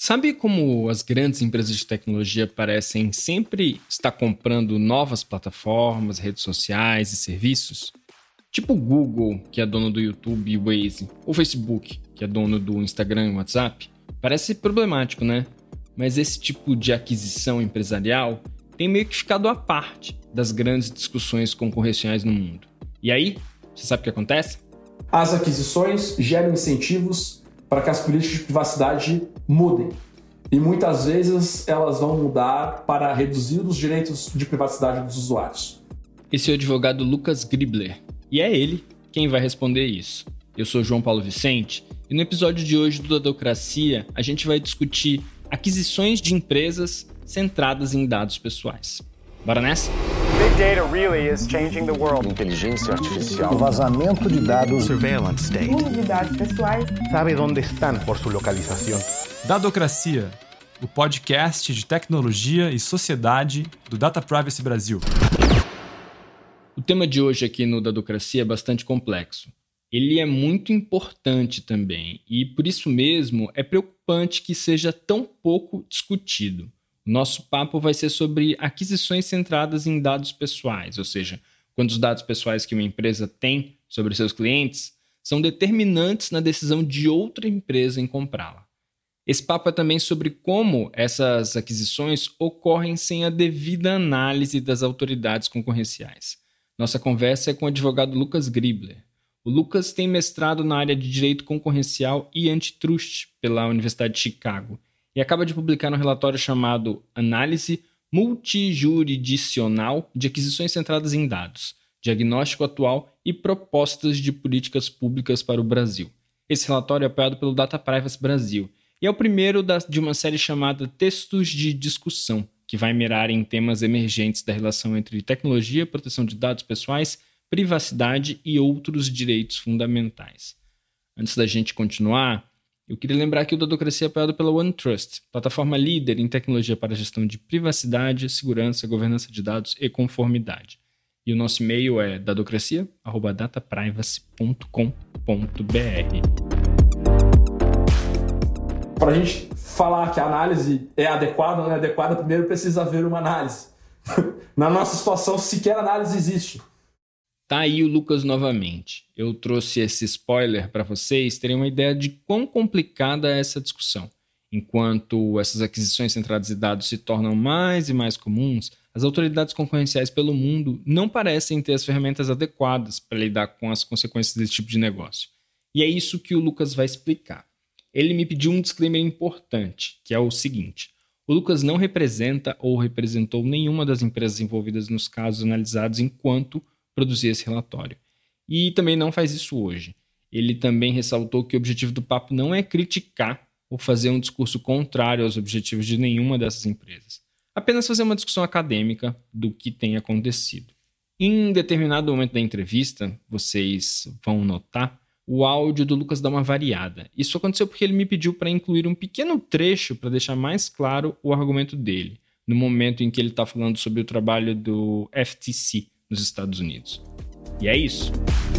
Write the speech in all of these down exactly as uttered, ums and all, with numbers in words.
Sabe como as grandes empresas de tecnologia parecem sempre estar comprando novas plataformas, redes sociais e serviços? Tipo o Google, que é dono do YouTube e Waze, ou Facebook, que é dono do Instagram e WhatsApp. Parece problemático, né? Mas esse tipo de aquisição empresarial tem meio que ficado à parte das grandes discussões concorrenciais no mundo. E aí, você sabe o que acontece? As aquisições geram incentivos para que as políticas de privacidade mudem. E muitas vezes elas vão mudar para reduzir os direitos de privacidade dos usuários. Esse é o advogado Lucas Gribler. E é ele quem vai responder isso. Eu sou João Paulo Vicente e no episódio de hoje do Dadocracia a gente vai discutir aquisições de empresas centradas em dados pessoais. Bora nessa? Big data really is changing the world. Inteligência artificial. O vazamento de dados. Surveillance state. Uso de dados pessoais. Sabe onde estão por sua localização. Dadocracia, o podcast de tecnologia e sociedade do Data Privacy Brasil. O tema de hoje aqui no Dadocracia é bastante complexo. Ele é muito importante também e, por isso mesmo, é preocupante que seja tão pouco discutido. O nosso papo vai ser sobre aquisições centradas em dados pessoais, ou seja, quando os dados pessoais que uma empresa tem sobre seus clientes são determinantes na decisão de outra empresa em comprá-la. Esse papo é também sobre como essas aquisições ocorrem sem a devida análise das autoridades concorrenciais. Nossa conversa é com o advogado Lucas Gribler. O Lucas tem mestrado na área de Direito Concorrencial e Antitrust pela Universidade de Chicago e acaba de publicar um relatório chamado Análise Multijurisdicional de Aquisições Centradas em Dados, Diagnóstico Atual e Propostas de Políticas Públicas para o Brasil. Esse relatório é apoiado pelo Data Privacy Brasil e é o primeiro de uma série chamada Textos de Discussão, que vai mirar em temas emergentes da relação entre tecnologia, proteção de dados pessoais, privacidade e outros direitos fundamentais. Antes da gente continuar, eu queria lembrar que o Dadocracia é apoiado pela OneTrust, plataforma líder em tecnologia para a gestão de privacidade, segurança, governança de dados e conformidade. E o nosso e-mail é dadocracia arroba dataprivacy ponto com ponto b r. Para a gente falar que a análise é adequada ou não é adequada, primeiro precisa haver uma análise. Na nossa situação, sequer análise existe. Tá aí o Lucas novamente. Eu trouxe esse spoiler para vocês terem uma ideia de quão complicada é essa discussão. Enquanto essas aquisições centradas em dados se tornam mais e mais comuns, as autoridades concorrenciais pelo mundo não parecem ter as ferramentas adequadas para lidar com as consequências desse tipo de negócio. E é isso que o Lucas vai explicar. Ele me pediu um disclaimer importante, que é o seguinte: o Lucas não representa ou representou nenhuma das empresas envolvidas nos casos analisados enquanto produzir esse relatório. E também não faz isso hoje. Ele também ressaltou que o objetivo do papo não é criticar ou fazer um discurso contrário aos objetivos de nenhuma dessas empresas. Apenas fazer uma discussão acadêmica do que tem acontecido. Em determinado momento da entrevista, vocês vão notar, o áudio do Lucas dá uma variada. Isso aconteceu porque ele me pediu para incluir um pequeno trecho para deixar mais claro o argumento dele, no momento em que ele está falando sobre o trabalho do F T C, nos Estados Unidos. E é isso.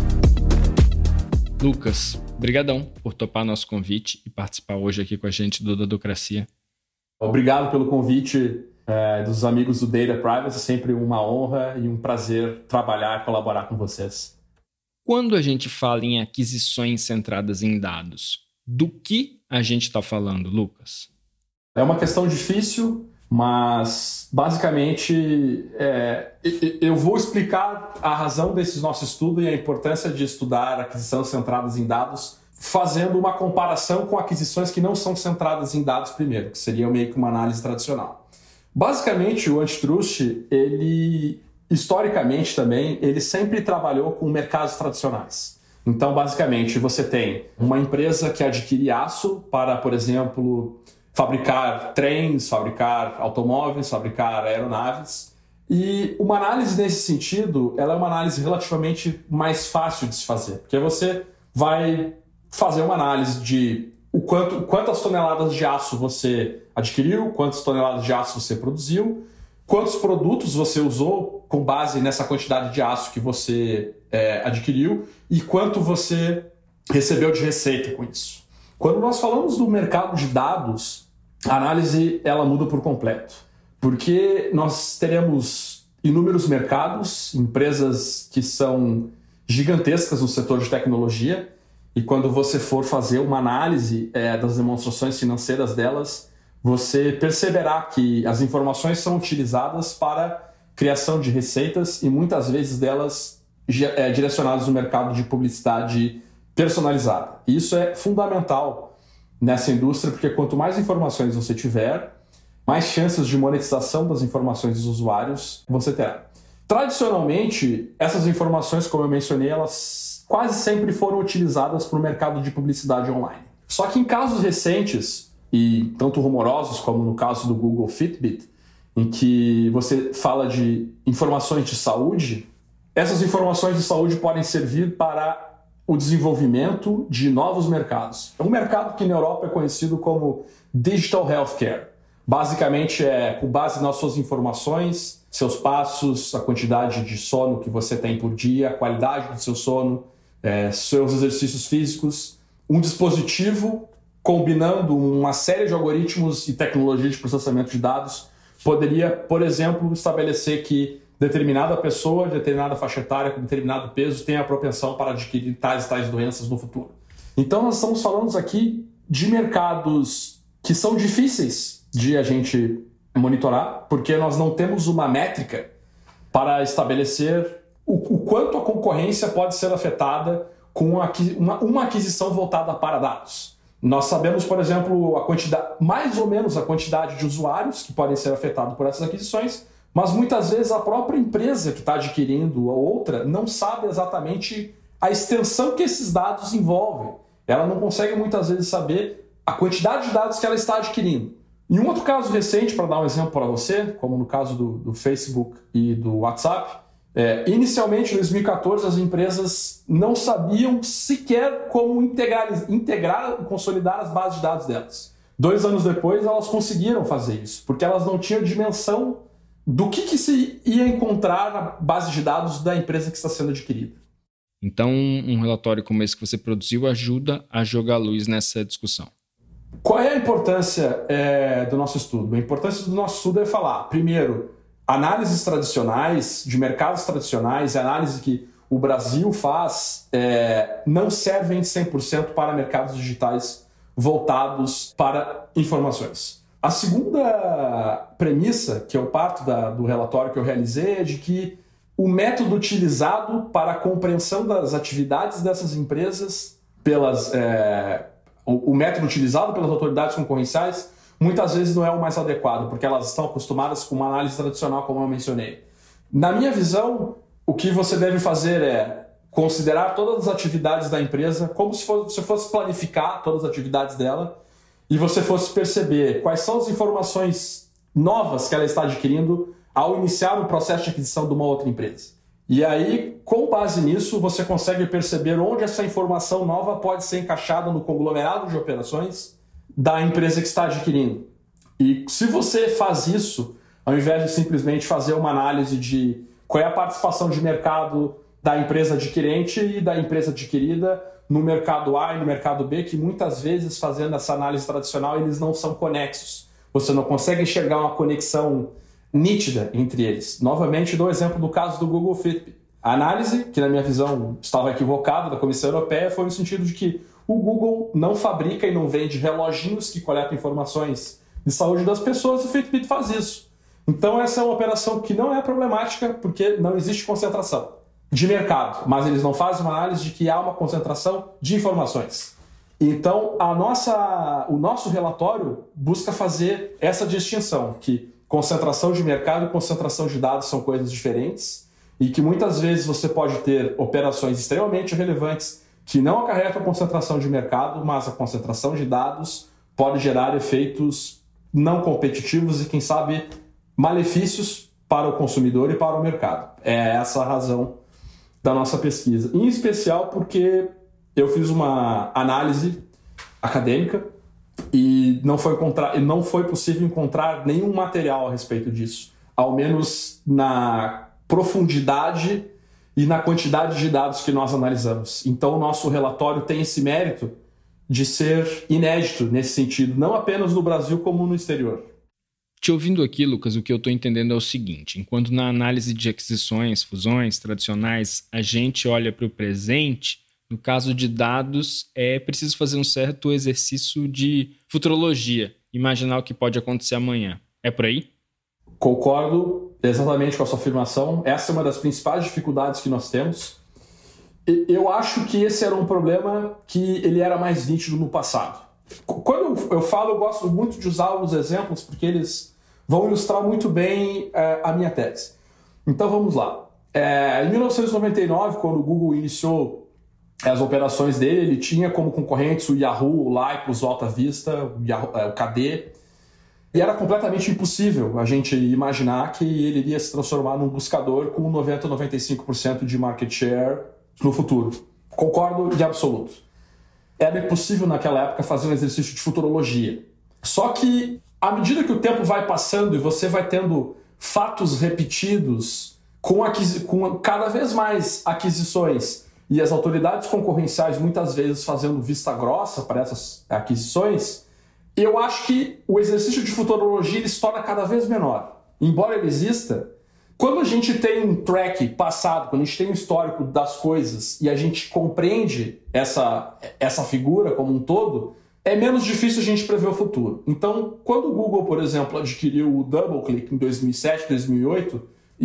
Lucas, brigadão por topar nosso convite e participar hoje aqui com a gente do Dadocracia. Obrigado pelo convite é, dos amigos do Data Privacy. É sempre uma honra e um prazer trabalhar e colaborar com vocês. Quando a gente fala em aquisições centradas em dados, do que a gente está falando, Lucas? É uma questão difícil, mas basicamente é, eu vou explicar a razão desse nosso estudo e a importância de estudar aquisições centradas em dados, fazendo uma comparação com aquisições que não são centradas em dados primeiro, que seria meio que uma análise tradicional. Basicamente, o Antitrust, ele, historicamente também, ele sempre trabalhou com mercados tradicionais. Então, basicamente, você tem uma empresa que adquire aço para, por exemplo, fabricar trens, fabricar automóveis, fabricar aeronaves. E uma análise nesse sentido, ela é uma análise relativamente mais fácil de se fazer, porque você vai fazer uma análise de o quanto, quantas toneladas de aço você adquiriu, quantas toneladas de aço você produziu, quantos produtos você usou com base nessa quantidade de aço que você é, adquiriu e quanto você recebeu de receita com isso. Quando nós falamos do mercado de dados, a análise ela muda por completo. Porque nós teremos inúmeros mercados, empresas que são gigantescas no setor de tecnologia, e quando você for fazer uma análise é, das demonstrações financeiras delas, você perceberá que as informações são utilizadas para criação de receitas e muitas vezes delas é, direcionadas no mercado de publicidade personalizada. E isso é fundamental nessa indústria, porque quanto mais informações você tiver, mais chances de monetização das informações dos usuários você terá. Tradicionalmente, essas informações, como eu mencionei, elas quase sempre foram utilizadas para o mercado de publicidade online. Só que em casos recentes, e tanto rumorosos como no caso do Google Fitbit, em que você fala de informações de saúde, essas informações de saúde podem servir para o desenvolvimento de novos mercados. É um mercado que na Europa é conhecido como Digital Healthcare. Basicamente é com base nas suas informações, seus passos, a quantidade de sono que você tem por dia, a qualidade do seu sono, é, seus exercícios físicos, um dispositivo combinando uma série de algoritmos e tecnologia de processamento de dados poderia, por exemplo, estabelecer que determinada pessoa, determinada faixa etária, com determinado peso, tem a propensão para adquirir tais e tais doenças no futuro. Então nós estamos falando aqui de mercados que são difíceis de a gente monitorar, porque nós não temos uma métrica para estabelecer o, o quanto a concorrência pode ser afetada com uma, uma aquisição voltada para dados. Nós sabemos, por exemplo, a quantidade, mais ou menos a quantidade de usuários que podem ser afetados por essas aquisições, mas muitas vezes a própria empresa que está adquirindo a outra não sabe exatamente a extensão que esses dados envolvem. Ela não consegue muitas vezes saber a quantidade de dados que ela está adquirindo. Em um outro caso recente, para dar um exemplo para você, como no caso do, do Facebook e do WhatsApp, é, inicialmente em dois mil e catorze as empresas não sabiam sequer como integrar, integrar e consolidar as bases de dados delas. Dois anos depois elas conseguiram fazer isso, porque elas não tinham dimensão do que, que se ia encontrar na base de dados da empresa que está sendo adquirida. Então, um relatório como esse que você produziu ajuda a jogar luz nessa discussão. Qual é a importância é, do nosso estudo? A importância do nosso estudo é falar, primeiro, análises tradicionais, de mercados tradicionais, análise que o Brasil faz, é, não servem cem por cento para mercados digitais voltados para informações. A segunda premissa, que eu parto da, do relatório que eu realizei, é de que o método utilizado para a compreensão das atividades dessas empresas, pelas, é, o, o método utilizado pelas autoridades concorrenciais, muitas vezes não é o mais adequado, porque elas estão acostumadas com uma análise tradicional, como eu mencionei. Na minha visão, o que você deve fazer é considerar todas as atividades da empresa como se fosse, se fosse planificar todas as atividades dela e você fosse perceber quais são as informações novas que ela está adquirindo ao iniciar o processo de aquisição de uma outra empresa. E aí, com base nisso, você consegue perceber onde essa informação nova pode ser encaixada no conglomerado de operações da empresa que está adquirindo. E se você faz isso, ao invés de simplesmente fazer uma análise de qual é a participação de mercado da empresa adquirente e da empresa adquirida no mercado A e no mercado B, que muitas vezes, fazendo essa análise tradicional, eles não são conexos. Você não consegue enxergar uma conexão nítida entre eles. Novamente, dou o exemplo do caso do Google Fitbit. A análise, que na minha visão estava equivocada, da Comissão Europeia, foi no sentido de que o Google não fabrica e não vende reloginhos que coletam informações de saúde das pessoas, e o Fitbit faz isso. Então essa é uma operação que não é problemática, porque não existe concentração de mercado, mas eles não fazem uma análise de que há uma concentração de informações. Então a nossa, o nosso relatório busca fazer essa distinção, que concentração de mercado e concentração de dados são coisas diferentes, e que muitas vezes você pode ter operações extremamente relevantes que não acarretam a concentração de mercado, mas a concentração de dados pode gerar efeitos não competitivos e, quem sabe, malefícios para o consumidor e para o mercado. É essa a razão da nossa pesquisa. Em especial porque eu fiz uma análise acadêmica e não foi, encontrar, não foi possível encontrar nenhum material a respeito disso, ao menos na profundidade e na quantidade de dados que nós analisamos. Então o nosso relatório tem esse mérito de ser inédito nesse sentido, não apenas no Brasil como no exterior. Te ouvindo aqui, Lucas, o que eu estou entendendo é o seguinte: enquanto na análise de aquisições, fusões tradicionais, a gente olha para o presente, no caso de dados, é preciso fazer um certo exercício de futurologia, imaginar o que pode acontecer amanhã. É por aí? Concordo exatamente com a sua afirmação. Essa é uma das principais dificuldades que nós temos. Eu acho que esse era um problema que ele era mais nítido no passado. Quando eu falo, eu gosto muito de usar os exemplos porque eles vão ilustrar muito bem é, a minha tese. Então vamos lá. É, em mil novecentos e noventa e nove, quando o Google iniciou as operações dele, ele tinha como concorrentes o Yahoo, o Lycos, o Alta Vista, o, Yahoo, é, o K D. E era completamente impossível a gente imaginar que ele iria se transformar num buscador com noventa, noventa e cinco por cento de market share no futuro. Concordo de absoluto. Era impossível naquela época fazer um exercício de futurologia. Só que, à medida que o tempo vai passando e você vai tendo fatos repetidos com, aquisi- com cada vez mais aquisições e as autoridades concorrenciais muitas vezes fazendo vista grossa para essas aquisições, eu acho que o exercício de futurologia ele se torna cada vez menor. Embora ele exista, quando a gente tem um track passado, quando a gente tem um histórico das coisas e a gente compreende essa, essa figura como um todo, é menos difícil a gente prever o futuro. Então, quando o Google, por exemplo, adquiriu o DoubleClick em dois mil e sete, dois mil e oito,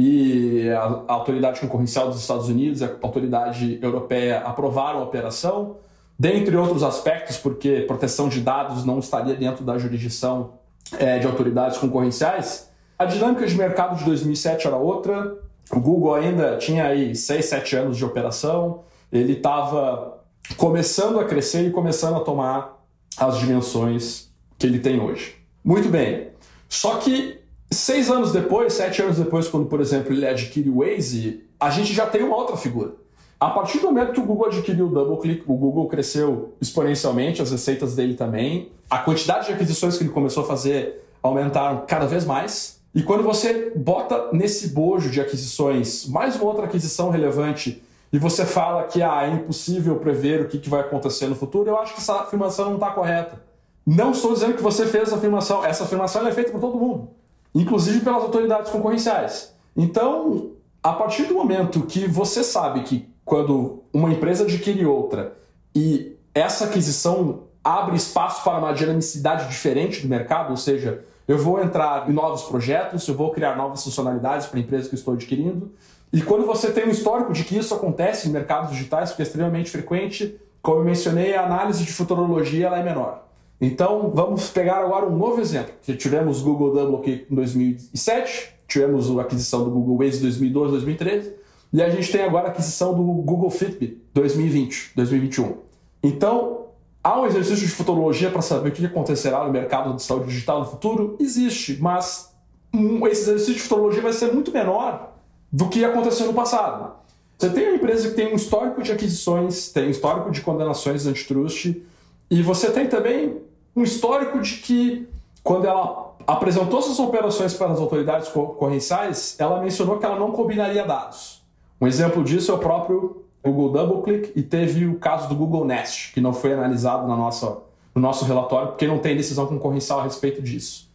e a autoridade concorrencial dos Estados Unidos e a autoridade europeia aprovaram a operação, dentre outros aspectos, porque proteção de dados não estaria dentro da jurisdição é, de autoridades concorrenciais, a dinâmica de mercado de dois mil e sete era outra. O Google ainda tinha aí seis, sete anos de operação. Ele estava começando a crescer e começando a tomar as dimensões que ele tem hoje. Muito bem. Só que seis anos depois, sete anos depois, quando, por exemplo, ele adquire o Waze, a gente já tem uma outra figura. A partir do momento que o Google adquiriu o DoubleClick, o Google cresceu exponencialmente, as receitas dele também. A quantidade de aquisições que ele começou a fazer aumentaram cada vez mais. E quando você bota nesse bojo de aquisições mais uma outra aquisição relevante e você fala que ah, é impossível prever o que, que vai acontecer no futuro, eu acho que essa afirmação não está correta. Não estou dizendo que você fez essa afirmação. Essa afirmação é feita por todo mundo, inclusive pelas autoridades concorrenciais. Então, a partir do momento que você sabe que quando uma empresa adquire outra e essa aquisição abre espaço para uma dinamicidade diferente do mercado, ou seja, eu vou entrar em novos projetos, eu vou criar novas funcionalidades para a empresa que eu estou adquirindo. E quando você tem um histórico de que isso acontece em mercados digitais, porque é extremamente frequente, como eu mencionei, a análise de futurologia ela é menor. Então, vamos pegar agora um novo exemplo. Tivemos o Google DoubleClick em dois mil e sete, tivemos a aquisição do Google Waze em dois mil e doze, dois mil e treze, e a gente tem agora a aquisição do Google Fitbit dois mil e vinte, dois mil e vinte e um. Então, há um exercício de futurologia para saber o que acontecerá no mercado de saúde digital no futuro? Existe, mas um, esse exercício de futurologia vai ser muito menor do que aconteceu no passado. Você tem uma empresa que tem um histórico de aquisições, tem um histórico de condenações antitrust, e você tem também um histórico de que, quando ela apresentou suas operações para as autoridades concorrenciais, ela mencionou que ela não combinaria dados. Um exemplo disso é o próprio Google DoubleClick, e teve o caso do Google Nest, que não foi analisado na nossa, no nosso relatório, porque não tem decisão concorrencial a respeito disso.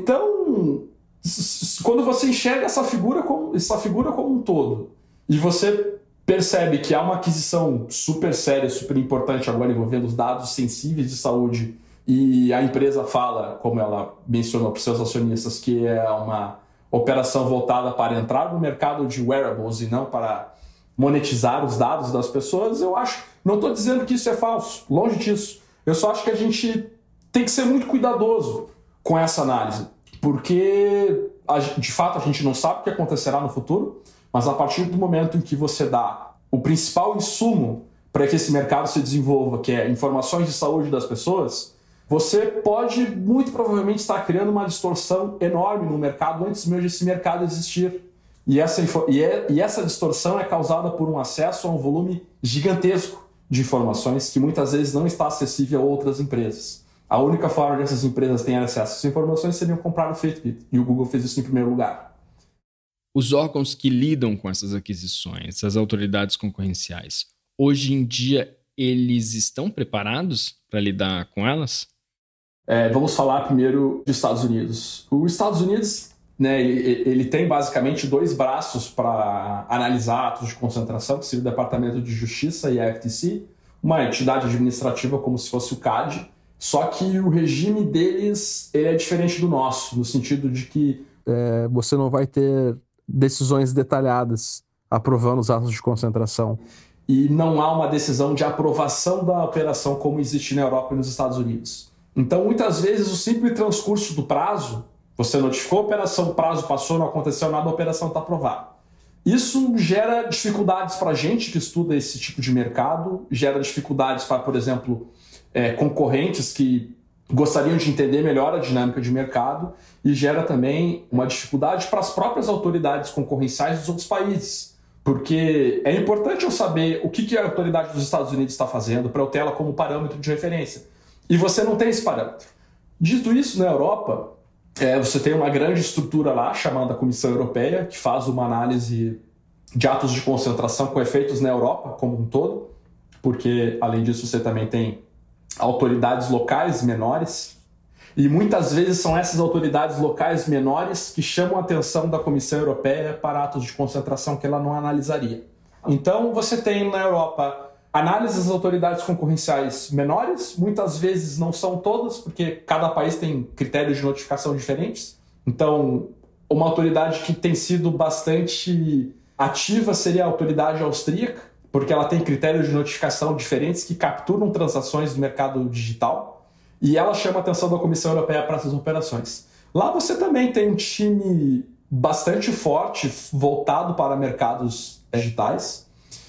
Então, quando você enxerga essa figura como, essa figura como um todo, e você percebe que há uma aquisição super séria, super importante agora envolvendo os dados sensíveis de saúde, e a empresa fala, como ela mencionou para os seus acionistas, que é uma operação voltada para entrar no mercado de wearables e não para monetizar os dados das pessoas, eu acho, não estou dizendo que isso é falso, longe disso. Eu só acho que a gente tem que ser muito cuidadoso com essa análise, porque de fato a gente não sabe o que acontecerá no futuro, mas a partir do momento em que você dá o principal insumo para que esse mercado se desenvolva, que é informações de saúde das pessoas, você pode muito provavelmente estar criando uma distorção enorme no mercado antes mesmo desse mercado existir. E essa, e, é, e essa distorção é causada por um acesso a um volume gigantesco de informações que muitas vezes não está acessível a outras empresas. A única forma de essas empresas terem acesso a essas informações seria comprar o Fitbit, e o Google fez isso em primeiro lugar. Os órgãos que lidam com essas aquisições, as autoridades concorrenciais, hoje em dia eles estão preparados para lidar com elas? É, vamos falar primeiro dos Estados Unidos. Os Estados Unidos, né, ele, ele tem basicamente dois braços para analisar atos de concentração, que seria o Departamento de Justiça e a F T C, uma entidade administrativa como se fosse o C A D, só que o regime deles ele é diferente do nosso, no sentido de que é, você não vai ter decisões detalhadas aprovando os atos de concentração. E não há uma decisão de aprovação da operação como existe na Europa e nos Estados Unidos. Então, muitas vezes, o simples transcurso do prazo, você notificou a operação, o prazo passou, não aconteceu nada, a operação está aprovada. Isso gera dificuldades para a gente que estuda esse tipo de mercado, gera dificuldades para, por exemplo, é, concorrentes que gostariam de entender melhor a dinâmica de mercado e gera também uma dificuldade para as próprias autoridades concorrenciais dos outros países. Porque é importante eu saber o que a autoridade dos Estados Unidos está fazendo para eu ter ela como parâmetro de referência. E você não tem esse parâmetro. Dito isso, na Europa, é, você tem uma grande estrutura lá chamada Comissão Europeia, que faz uma análise de atos de concentração com efeitos na Europa como um todo, porque, além disso, você também tem autoridades locais menores. E muitas vezes são essas autoridades locais menores que chamam a atenção da Comissão Europeia para atos de concentração que ela não analisaria. Então você tem na Europa análises das autoridades concorrenciais menores, muitas vezes não são todas, porque cada país tem critérios de notificação diferentes. Então, uma autoridade que tem sido bastante ativa seria a autoridade austríaca, porque ela tem critérios de notificação diferentes que capturam transações do mercado digital. E ela chama a atenção da Comissão Europeia para essas operações. Lá você também tem um time bastante forte, voltado para mercados digitais.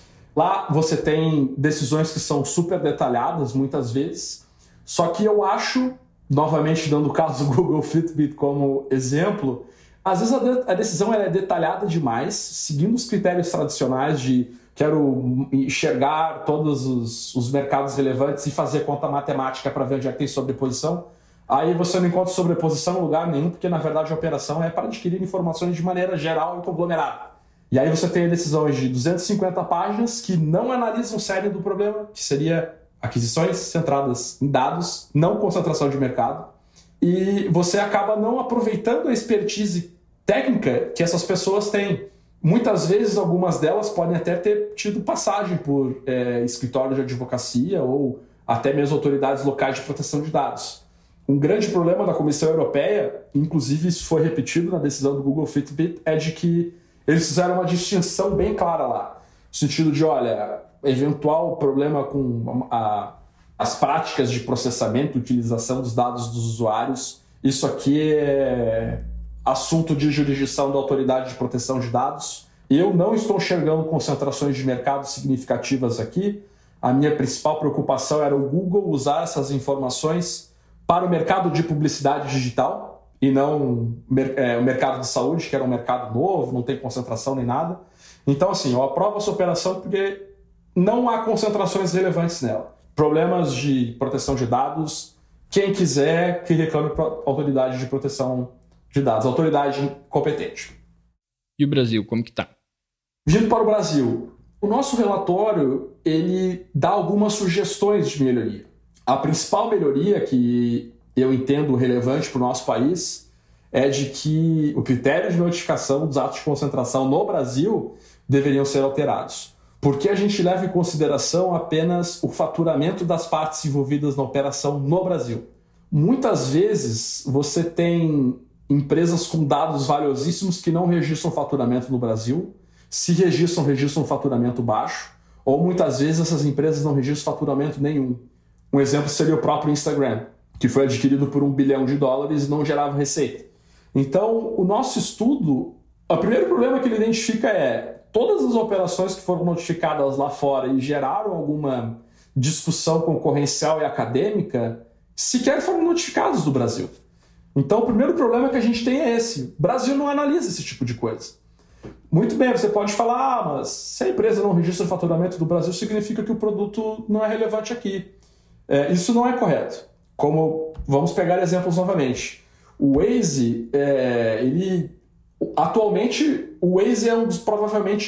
Lá você tem decisões que são super detalhadas, muitas vezes. Só que eu acho, novamente dando o caso do Google Fitbit como exemplo, às vezes a, de- a decisão ela é detalhada demais, seguindo os critérios tradicionais de quero enxergar todos os, os mercados relevantes e fazer conta matemática para ver onde é que tem sobreposição. Aí você não encontra sobreposição em lugar nenhum, porque na verdade a operação é para adquirir informações de maneira geral e conglomerada. E aí você tem decisões de duzentas e cinquenta páginas que não analisam o cerne do problema, que seria aquisições centradas em dados, não concentração de mercado. E você acaba não aproveitando a expertise técnica que essas pessoas têm. Muitas vezes, algumas delas podem até ter tido passagem por é, escritório de advocacia ou até mesmo autoridades locais de proteção de dados. Um grande problema da Comissão Europeia, inclusive isso foi repetido na decisão do Google Fitbit, é de que eles fizeram uma distinção bem clara lá. No sentido de, olha, eventual problema com a, as práticas de processamento e utilização dos dados dos usuários, isso aqui é assunto de jurisdição da Autoridade de Proteção de Dados. Eu não estou enxergando concentrações de mercado significativas aqui. A minha principal preocupação era o Google usar essas informações para o mercado de publicidade digital e não é, o mercado de saúde, que era um mercado novo, não tem concentração nem nada. Então, assim, eu aprovo essa operação porque não há concentrações relevantes nela. Problemas de proteção de dados, quem quiser que reclame para a Autoridade de Proteção de Dados, autoridade competente. E o Brasil, como que tá? Vindo para o Brasil, o nosso relatório ele dá algumas sugestões de melhoria. A principal melhoria que eu entendo relevante para o nosso país é de que o critério de notificação dos atos de concentração no Brasil deveriam ser alterados. Porque a gente leva em consideração apenas o faturamento das partes envolvidas na operação no Brasil. Muitas vezes você tem empresas com dados valiosíssimos que não registram faturamento no Brasil, se registram, registram um faturamento baixo, ou muitas vezes essas empresas não registram faturamento nenhum. Um exemplo seria o próprio Instagram, que foi adquirido por um bilhão de dólares e não gerava receita. Então, o nosso estudo, o primeiro problema que ele identifica é todas as operações que foram notificadas lá fora e geraram alguma discussão concorrencial e acadêmica, sequer foram notificadas do Brasil. Então, o primeiro problema que a gente tem é esse. O Brasil não analisa esse tipo de coisa. Muito bem, você pode falar, ah, mas se a empresa não registra o faturamento do Brasil, significa que o produto não é relevante aqui. É, isso não é correto. Como, vamos pegar exemplos novamente. O Waze, é, ele, atualmente, o Waze é um dos, provavelmente,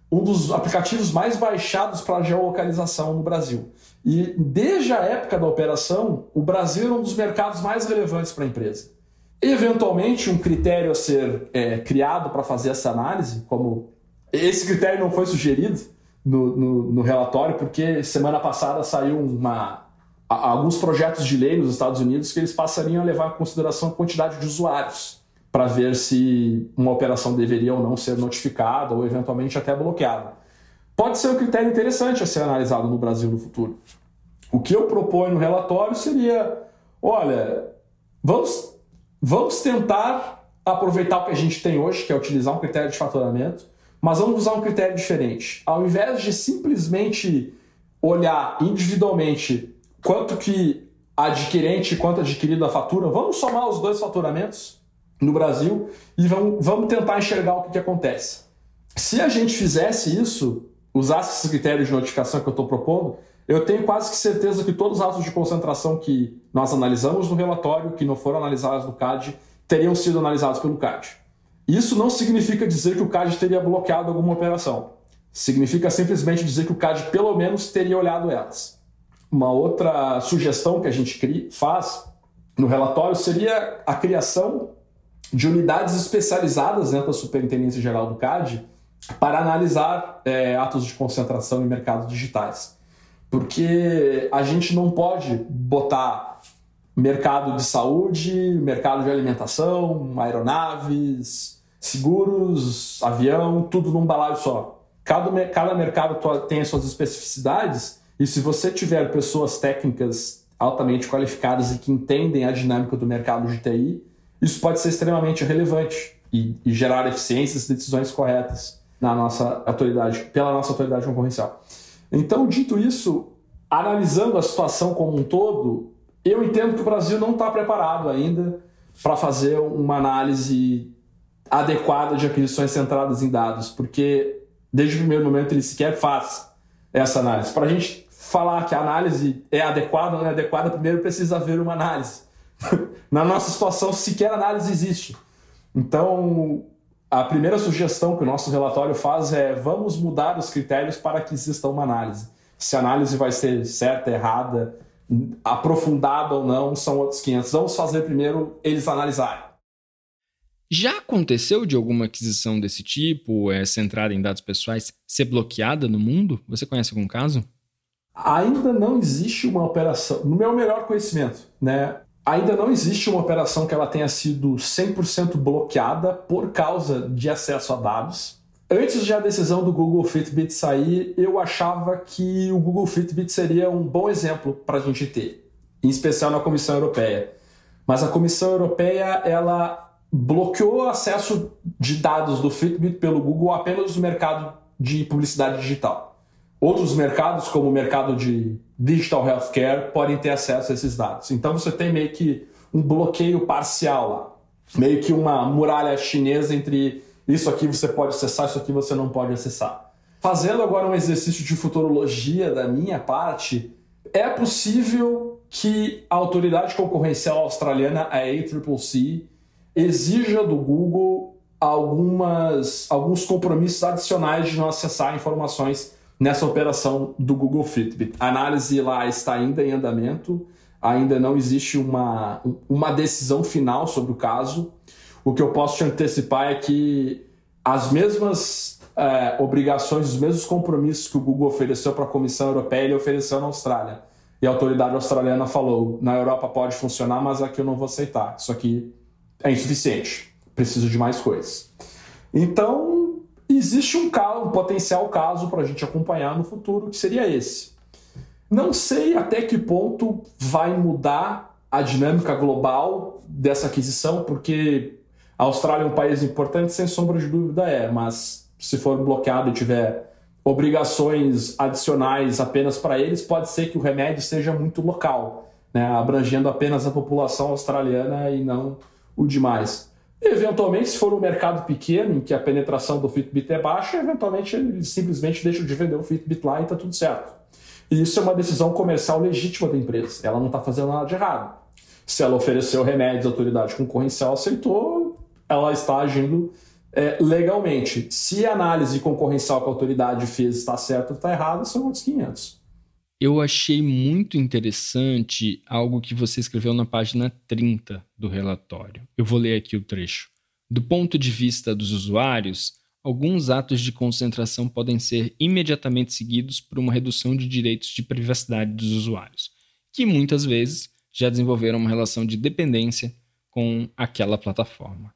um dos aplicativos mais baixados para geolocalização no Brasil. E desde a época da operação, o Brasil era um dos mercados mais relevantes para a empresa. Eventualmente, um critério a ser é, criado para fazer essa análise, como esse critério não foi sugerido no, no, no relatório, porque semana passada saiu uma, alguns projetos de lei nos Estados Unidos que eles passariam a levar em consideração a quantidade de usuários para ver se uma operação deveria ou não ser notificada ou eventualmente até bloqueada. Pode ser um critério interessante a ser analisado no Brasil no futuro. O que eu proponho no relatório seria, olha, vamos, vamos tentar aproveitar o que a gente tem hoje, que é utilizar um critério de faturamento, mas vamos usar um critério diferente. Ao invés de simplesmente olhar individualmente quanto que adquirente e quanto adquirido fatura, vamos somar os dois faturamentos no Brasil e vamos, vamos tentar enxergar o que, que acontece. Se a gente fizesse isso, usasse esse critério de notificação que eu estou propondo, eu tenho quase que certeza que todos os atos de concentração que nós analisamos no relatório, que não foram analisados no C A D, teriam sido analisados pelo C A D. Isso não significa dizer que o C A D teria bloqueado alguma operação. Significa simplesmente dizer que o C A D pelo menos teria olhado elas. Uma outra sugestão que a gente cria, faz no relatório seria a criação de unidades especializadas dentro da Superintendência Geral do C A D para analisar é, atos de concentração em mercados digitais. Porque a gente não pode botar mercado de saúde, mercado de alimentação, aeronaves, seguros, avião, tudo num balaio só. Cada, cada mercado tem as suas especificidades e se você tiver pessoas técnicas altamente qualificadas e que entendem a dinâmica do mercado de T I, isso pode ser extremamente relevante e, e gerar eficiências e decisões corretas na nossa autoridade, pela nossa autoridade concorrencial. Então, dito isso, analisando a situação como um todo, eu entendo que o Brasil não está preparado ainda para fazer uma análise adequada de aquisições centradas em dados, porque desde o primeiro momento ele sequer faz essa análise. Para a gente falar que a análise é adequada ou não é adequada, primeiro precisa haver uma análise. Na nossa situação, sequer análise existe. Então, a primeira sugestão que o nosso relatório faz é vamos mudar os critérios para que exista uma análise. Se a análise vai ser certa, errada, aprofundada ou não, são outros quinhentos. Vamos fazer primeiro eles analisarem. Já aconteceu de alguma aquisição desse tipo, é, centrada em dados pessoais, ser bloqueada no mundo? Você conhece algum caso? Ainda não existe uma operação, no meu melhor conhecimento, né? Ainda não existe uma operação que ela tenha sido cem por cento bloqueada por causa de acesso a dados. Antes de a decisão do Google Fitbit sair, eu achava que o Google Fitbit seria um bom exemplo para a gente ter, em especial na Comissão Europeia. Mas a Comissão Europeia, ela bloqueou o acesso de dados do Fitbit pelo Google apenas no mercado de publicidade digital. Outros mercados, como o mercado de digital healthcare, podem ter acesso a esses dados. Então você tem meio que um bloqueio parcial lá. Meio que uma muralha chinesa entre isso aqui você pode acessar, isso aqui você não pode acessar. Fazendo agora um exercício de futurologia da minha parte, é possível que a autoridade concorrencial australiana, a A C C C, exija do Google algumas, alguns compromissos adicionais de não acessar informações nessa operação do Google Fitbit. A análise lá está ainda em andamento, ainda não existe uma, uma decisão final sobre o caso. O que eu posso te antecipar é que as mesmas é, obrigações, os mesmos compromissos que o Google ofereceu para a Comissão Europeia, ele ofereceu na Austrália. E a autoridade australiana falou, na Europa pode funcionar, mas aqui eu não vou aceitar. Isso aqui é insuficiente, preciso de mais coisas. Então, existe um, caso, um potencial caso para a gente acompanhar no futuro, que seria esse. Não sei até que ponto vai mudar a dinâmica global dessa aquisição, porque a Austrália é um país importante, sem sombra de dúvida é, mas se for bloqueado e tiver obrigações adicionais apenas para eles, pode ser que o remédio seja muito local, né, abrangendo apenas a população australiana e não o demais. Eventualmente, se for um mercado pequeno, em que a penetração do Fitbit é baixa, eventualmente eles simplesmente deixam de vender o Fitbit lá e está tudo certo. E isso é uma decisão comercial legítima da empresa. Ela não está fazendo nada de errado. Se ela ofereceu remédios, a autoridade concorrencial aceitou, ela está agindo é, legalmente. Se a análise concorrencial que a autoridade fez está certa ou está errada, são outros quinhentos. Eu achei muito interessante algo que você escreveu na página trinta do relatório. Eu vou ler aqui o trecho. Do ponto de vista dos usuários, alguns atos de concentração podem ser imediatamente seguidos por uma redução de direitos de privacidade dos usuários, que muitas vezes já desenvolveram uma relação de dependência com aquela plataforma.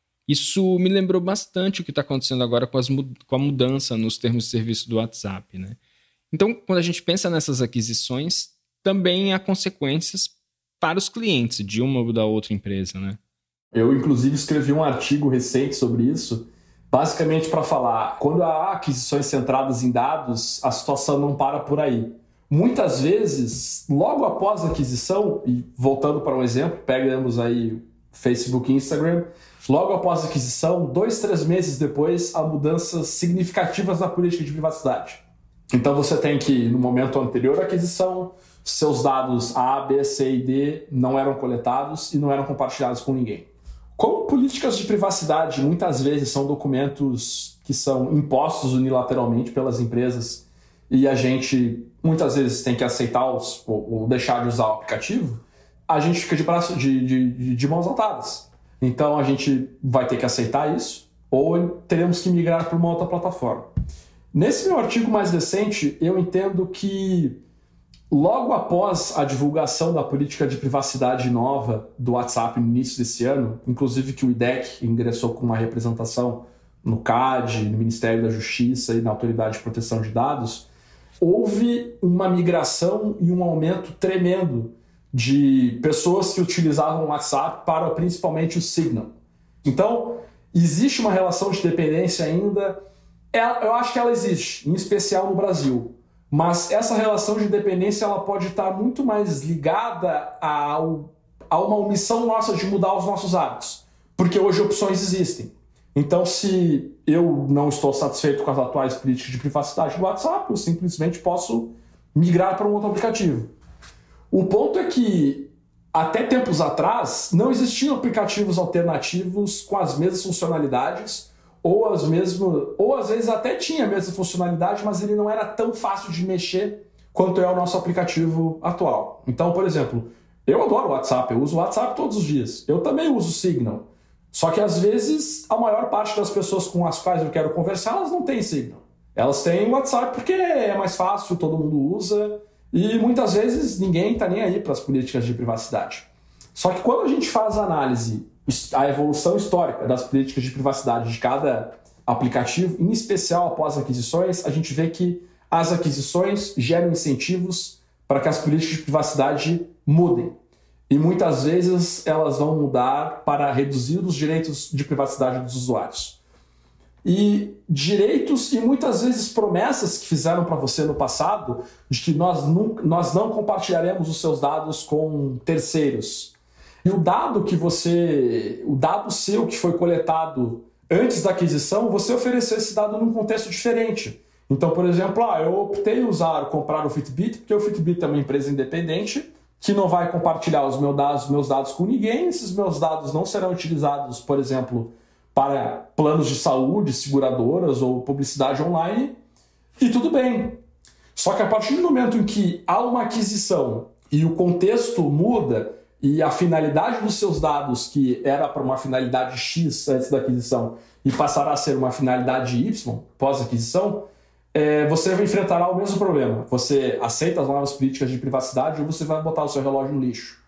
Isso me lembrou bastante o que está acontecendo agora com, as, com a mudança nos termos de serviço do WhatsApp, né? Então, quando a gente pensa nessas aquisições, também há consequências para os clientes de uma ou da outra empresa, né? Eu, inclusive, escrevi um artigo recente sobre isso, basicamente para falar, quando há aquisições centradas em dados, a situação não para por aí. Muitas vezes, logo após a aquisição, e voltando para um exemplo, pegamos aí Facebook e Instagram, logo após a aquisição, dois, três meses depois, há mudanças significativas na política de privacidade. Então você tem que, no momento anterior à aquisição, seus dados A, B, C e D não eram coletados e não eram compartilhados com ninguém. Como políticas de privacidade muitas vezes são documentos que são impostos unilateralmente pelas empresas e a gente muitas vezes tem que aceitá-los ou, ou deixar de usar o aplicativo, a gente fica de, braço, de, de, de mãos atadas. Então a gente vai ter que aceitar isso ou teremos que migrar para uma outra plataforma. Nesse meu artigo mais recente, eu entendo que logo após a divulgação da política de privacidade nova do WhatsApp no início desse ano, inclusive que o I D E C ingressou com uma representação no C A D, no Ministério da Justiça e na Autoridade de Proteção de Dados, houve uma migração e um aumento tremendo de pessoas que utilizavam o WhatsApp para principalmente o Signal. Então, existe uma relação de dependência ainda. Eu acho que ela existe, em especial no Brasil. Mas essa relação de dependência ela pode estar muito mais ligada ao, a uma omissão nossa de mudar os nossos hábitos. Porque hoje opções existem. Então, se eu não estou satisfeito com as atuais políticas de privacidade do WhatsApp, eu simplesmente posso migrar para um outro aplicativo. O ponto é que, até tempos atrás, não existiam aplicativos alternativos com as mesmas funcionalidades, ou, as mesmo, ou às vezes até tinha a mesma funcionalidade, mas ele não era tão fácil de mexer quanto é o nosso aplicativo atual. Então, por exemplo, eu adoro o WhatsApp, eu uso o WhatsApp todos os dias. Eu também uso o Signal. Só que às vezes a maior parte das pessoas com as quais eu quero conversar, elas não têm Signal. Elas têm o WhatsApp porque é mais fácil, todo mundo usa, e muitas vezes ninguém está nem aí para as políticas de privacidade. Só que quando a gente faz a análise, a evolução histórica das políticas de privacidade de cada aplicativo, em especial após aquisições, a gente vê que as aquisições geram incentivos para que as políticas de privacidade mudem. E muitas vezes elas vão mudar para reduzir os direitos de privacidade dos usuários. E direitos e muitas vezes promessas que fizeram para você no passado de que nós não, nós não compartilharemos os seus dados com terceiros. E o dado que você, o dado seu que foi coletado antes da aquisição, você ofereceu esse dado num contexto diferente. Então, por exemplo, ah, eu optei usar, comprar o Fitbit, porque o Fitbit é uma empresa independente que não vai compartilhar os meus dados, os meus dados com ninguém. Esses meus dados não serão utilizados, por exemplo, para planos de saúde, seguradoras ou publicidade online. E tudo bem. Só que a partir do momento em que há uma aquisição e o contexto muda, e a finalidade dos seus dados, que era para uma finalidade X antes da aquisição, e passará a ser uma finalidade Y pós-aquisição, é, você enfrentará o mesmo problema. Você aceita as novas políticas de privacidade ou você vai botar o seu relógio no lixo.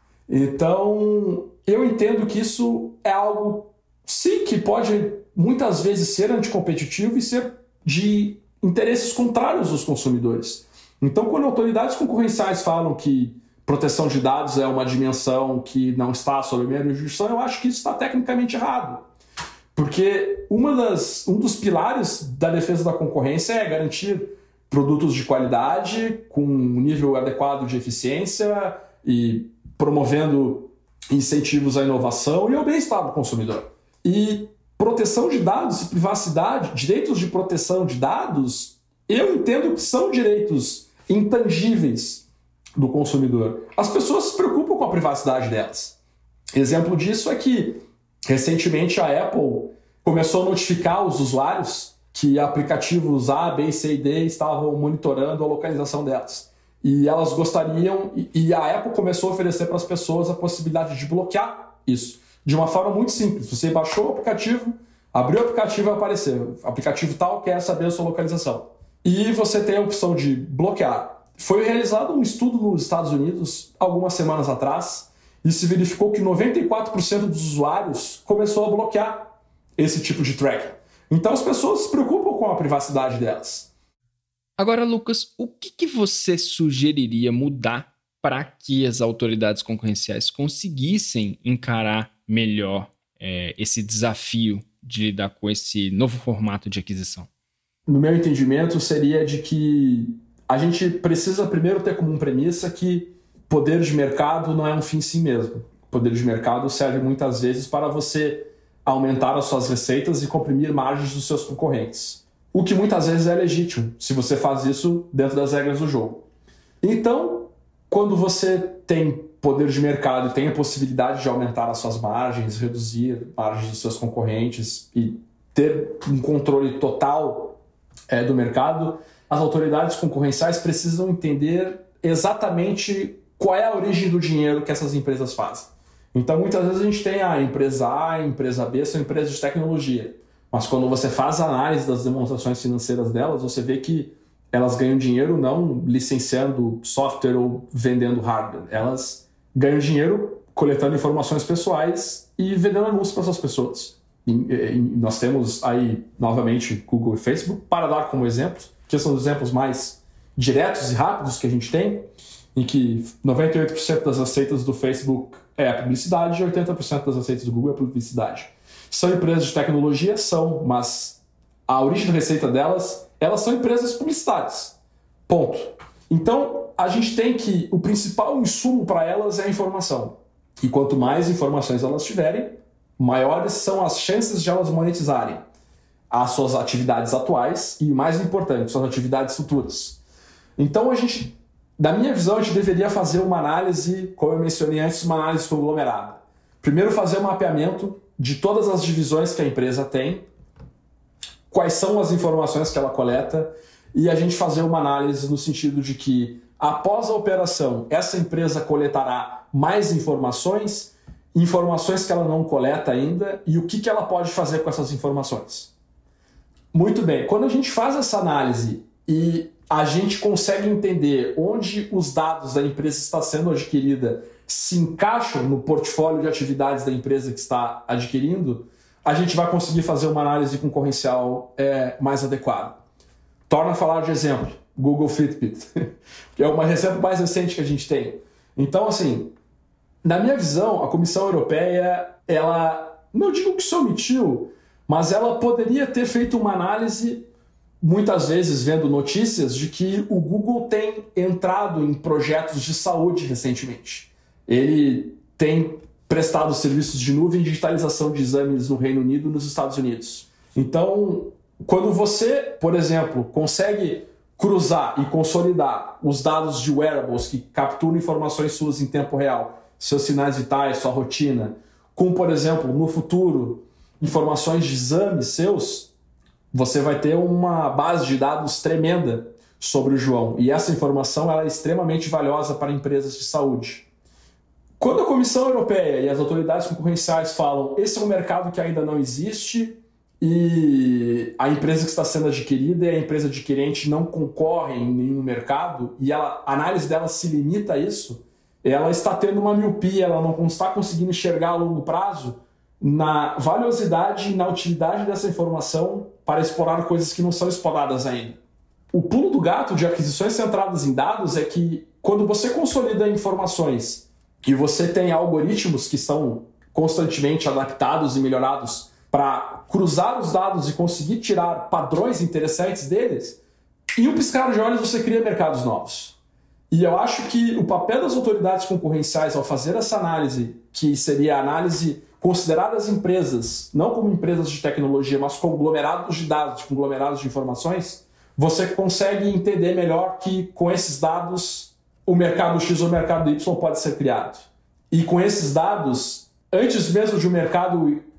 Então, eu entendo que isso é algo, sim, que pode muitas vezes ser anticompetitivo e ser de interesses contrários dos consumidores. Então, quando autoridades concorrenciais falam que proteção de dados é uma dimensão que não está sob a minha jurisdição, eu acho que isso está tecnicamente errado. Porque uma das, um dos pilares da defesa da concorrência é garantir produtos de qualidade, com um nível adequado de eficiência e promovendo incentivos à inovação e ao bem-estar do consumidor. E proteção de dados e privacidade, direitos de proteção de dados, eu entendo que são direitos intangíveis do consumidor. As pessoas se preocupam com a privacidade delas. Exemplo disso é que, recentemente, a Apple começou a notificar os usuários que aplicativos A, B, C e D estavam monitorando a localização delas. E elas gostariam, e a Apple começou a oferecer para as pessoas a possibilidade de bloquear isso, de uma forma muito simples. Você baixou o aplicativo, abriu o aplicativo e apareceu. Aplicativo tal quer saber a sua localização. E você tem a opção de bloquear. Foi realizado um estudo nos Estados Unidos algumas semanas atrás e se verificou que noventa e quatro por cento dos usuários começou a bloquear esse tipo de tracking. Então as pessoas se preocupam com a privacidade delas. Agora, Lucas, o que, que você sugeriria mudar para que as autoridades concorrenciais conseguissem encarar melhor é, esse desafio de lidar com esse novo formato de aquisição? No meu entendimento, seria de que a gente precisa primeiro ter como premissa que poder de mercado não é um fim em si mesmo. Poder de mercado serve muitas vezes para você aumentar as suas receitas e comprimir margens dos seus concorrentes. O que muitas vezes é legítimo, se você faz isso dentro das regras do jogo. Então, quando você tem poder de mercado e tem a possibilidade de aumentar as suas margens, reduzir margens dos seus concorrentes e ter um controle total é, do mercado, as autoridades concorrenciais precisam entender exatamente qual é a origem do dinheiro que essas empresas fazem. Então, muitas vezes a gente tem a empresa A, a empresa B, são empresas de tecnologia. Mas quando você faz a análise das demonstrações financeiras delas, você vê que elas ganham dinheiro não licenciando software ou vendendo hardware. Elas ganham dinheiro coletando informações pessoais e vendendo anúncios para essas pessoas. E, e, nós temos aí, novamente, Google e Facebook, para dar como exemplos, que são os exemplos mais diretos e rápidos que a gente tem, em que noventa e oito por cento das receitas do Facebook é publicidade e oitenta por cento das receitas do Google é publicidade. São empresas de tecnologia? São, mas a origem da receita delas, elas são empresas publicitárias. Ponto. Então, a gente tem que, o principal insumo para elas é a informação. E quanto mais informações elas tiverem, maiores são as chances de elas monetizarem as suas atividades atuais e, mais importante, suas atividades futuras. Então, a gente, da minha visão, a gente deveria fazer uma análise, como eu mencionei antes, uma análise conglomerada. Primeiro, fazer um mapeamento de todas as divisões que a empresa tem, quais são as informações que ela coleta, e a gente fazer uma análise no sentido de que, após a operação, essa empresa coletará mais informações, informações que ela não coleta ainda, e o que, que ela pode fazer com essas informações. Muito bem, quando a gente faz essa análise e a gente consegue entender onde os dados da empresa está sendo adquirida se encaixam no portfólio de atividades da empresa que está adquirindo, a gente vai conseguir fazer uma análise concorrencial é, mais adequada. Torna a falar de exemplo, Google Fitbit, que é uma exemplo mais recente que a gente tem. Então, assim, na minha visão, a Comissão Europeia, ela, não digo que se omitiu, mas ela poderia ter feito uma análise, muitas vezes vendo notícias, de que o Google tem entrado em projetos de saúde recentemente. Ele tem prestado serviços de nuvem e digitalização de exames no Reino Unido e nos Estados Unidos. Então, quando você, por exemplo, consegue cruzar e consolidar os dados de wearables que capturam informações suas em tempo real, seus sinais vitais, sua rotina, com, por exemplo, no futuro, informações de exames seus, você vai ter uma base de dados tremenda sobre o João. E essa informação ela é extremamente valiosa para empresas de saúde. Quando a Comissão Europeia e as autoridades concorrenciais falam esse é um mercado que ainda não existe e a empresa que está sendo adquirida e a empresa adquirente não concorrem em nenhum mercado e ela, a análise dela se limita a isso, ela está tendo uma miopia, ela não está conseguindo enxergar a longo prazo na valiosidade e na utilidade dessa informação para explorar coisas que não são exploradas ainda. O pulo do gato de aquisições centradas em dados é que quando você consolida informações e você tem algoritmos que são constantemente adaptados e melhorados para cruzar os dados e conseguir tirar padrões interessantes deles, em um piscar de olhos você cria mercados novos. E eu acho que o papel das autoridades concorrenciais ao fazer essa análise, que seria a análise considerar as empresas, não como empresas de tecnologia, mas conglomerados de dados, conglomerados de informações, você consegue entender melhor que com esses dados o mercado X ou o mercado Y pode ser criado. E com esses dados, antes mesmo de o mercado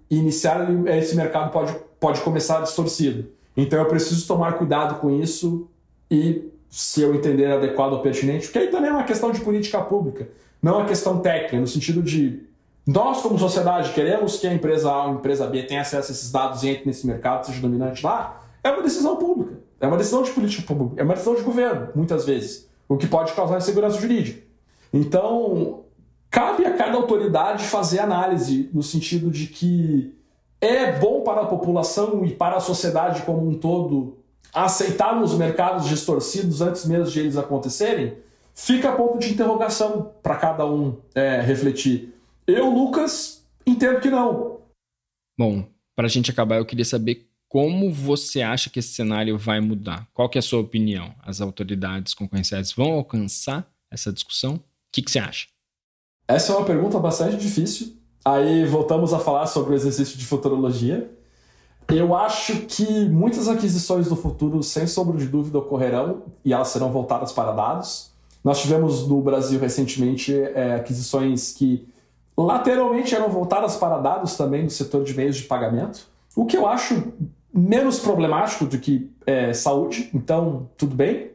iniciar, esse mercado pode, pode começar distorcido. Então eu preciso tomar cuidado com isso e, se eu entender adequado ou pertinente, porque aí também é uma questão de política pública, não é uma questão técnica, no sentido de nós, como sociedade, queremos que a empresa A ou a empresa B tenha acesso a esses dados e entre nesse mercado, seja dominante lá, é uma decisão pública, é uma decisão de política pública, é uma decisão de governo, muitas vezes, o que pode causar insegurança jurídica. Então, cabe a cada autoridade fazer análise no sentido de que é bom para a população e para a sociedade como um todo aceitarmos mercados distorcidos antes mesmo de eles acontecerem. Fica a ponto de interrogação para cada um é, refletir. Eu, Lucas, entendo que não. Bom, para a gente acabar, eu queria saber como você acha que esse cenário vai mudar. Qual que é a sua opinião? As autoridades concorrenciais vão alcançar essa discussão? O que, que você acha? Essa é uma pergunta bastante difícil. Aí voltamos a falar sobre o exercício de futurologia. Eu acho que muitas aquisições do futuro, sem sombra de dúvida, ocorrerão e elas serão voltadas para dados. Nós tivemos no Brasil recentemente é, aquisições que lateralmente eram voltadas para dados também no setor de meios de pagamento, o que eu acho menos problemático do que é, saúde, então tudo bem.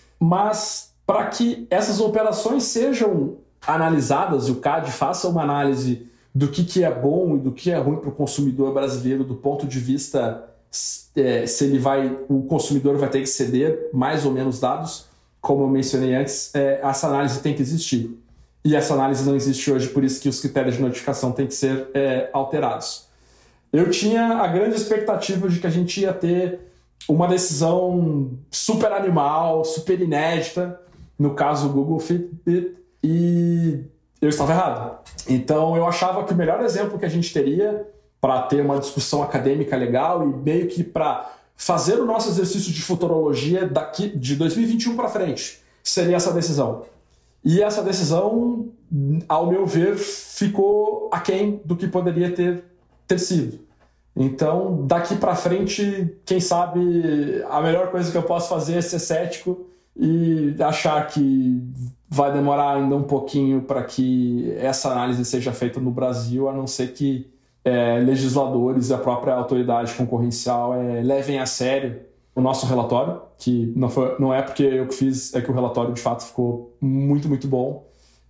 Mas para que essas operações sejam analisadas e o C A D faça uma análise do que, que é bom e do que é ruim para o consumidor brasileiro do ponto de vista é, se ele vai, o consumidor vai ter que ceder mais ou menos dados, como eu mencionei antes, é, essa análise tem que existir. E essa análise não existe hoje, por isso que os critérios de notificação têm que ser é, alterados. Eu tinha a grande expectativa de que a gente ia ter uma decisão super animal, super inédita, no caso o Google Fitbit, e eu estava errado. Então eu achava que o melhor exemplo que a gente teria para ter uma discussão acadêmica legal e meio que para fazer o nosso exercício de futurologia daqui de dois mil e vinte e um para frente seria essa decisão. E essa decisão, ao meu ver, ficou aquém do que poderia ter, ter sido. Então, daqui para frente, quem sabe a melhor coisa que eu posso fazer é ser cético e achar que vai demorar ainda um pouquinho para que essa análise seja feita no Brasil, a não ser que é, legisladores e a própria autoridade concorrencial é, levem a sério o nosso relatório, que não, foi, não é porque eu que fiz, é que o relatório de fato ficou muito, muito bom.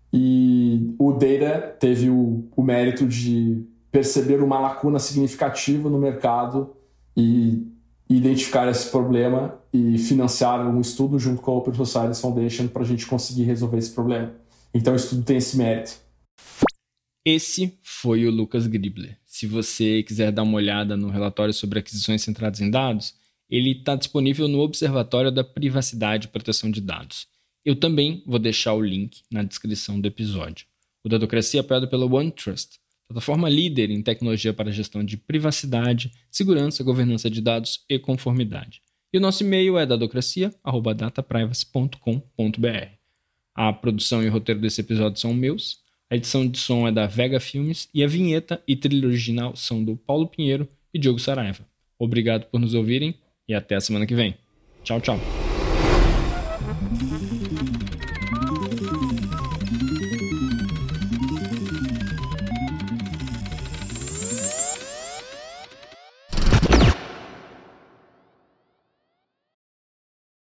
E o Data teve o, o mérito de perceber uma lacuna significativa no mercado e identificar esse problema e financiar um estudo junto com a Open Society Foundation para a gente conseguir resolver esse problema. Então o estudo tem esse mérito. Esse foi o Lucas Gribler. Se você quiser dar uma olhada no relatório sobre aquisições centradas em dados, ele está disponível no Observatório da Privacidade e Proteção de Dados. Eu também vou deixar o link na descrição do episódio. O Datocracia é apoiado pela OneTrust, plataforma líder em tecnologia para gestão de privacidade, segurança, governança de dados e conformidade. E o nosso e-mail é datocracia arroba dataprivacy ponto com ponto b r. A produção e o roteiro desse episódio são meus, a edição de som é da Vega Filmes e a vinheta e trilha original são do Paulo Pinheiro e Diogo Saraiva. Obrigado por nos ouvirem e até a semana que vem. Tchau, tchau.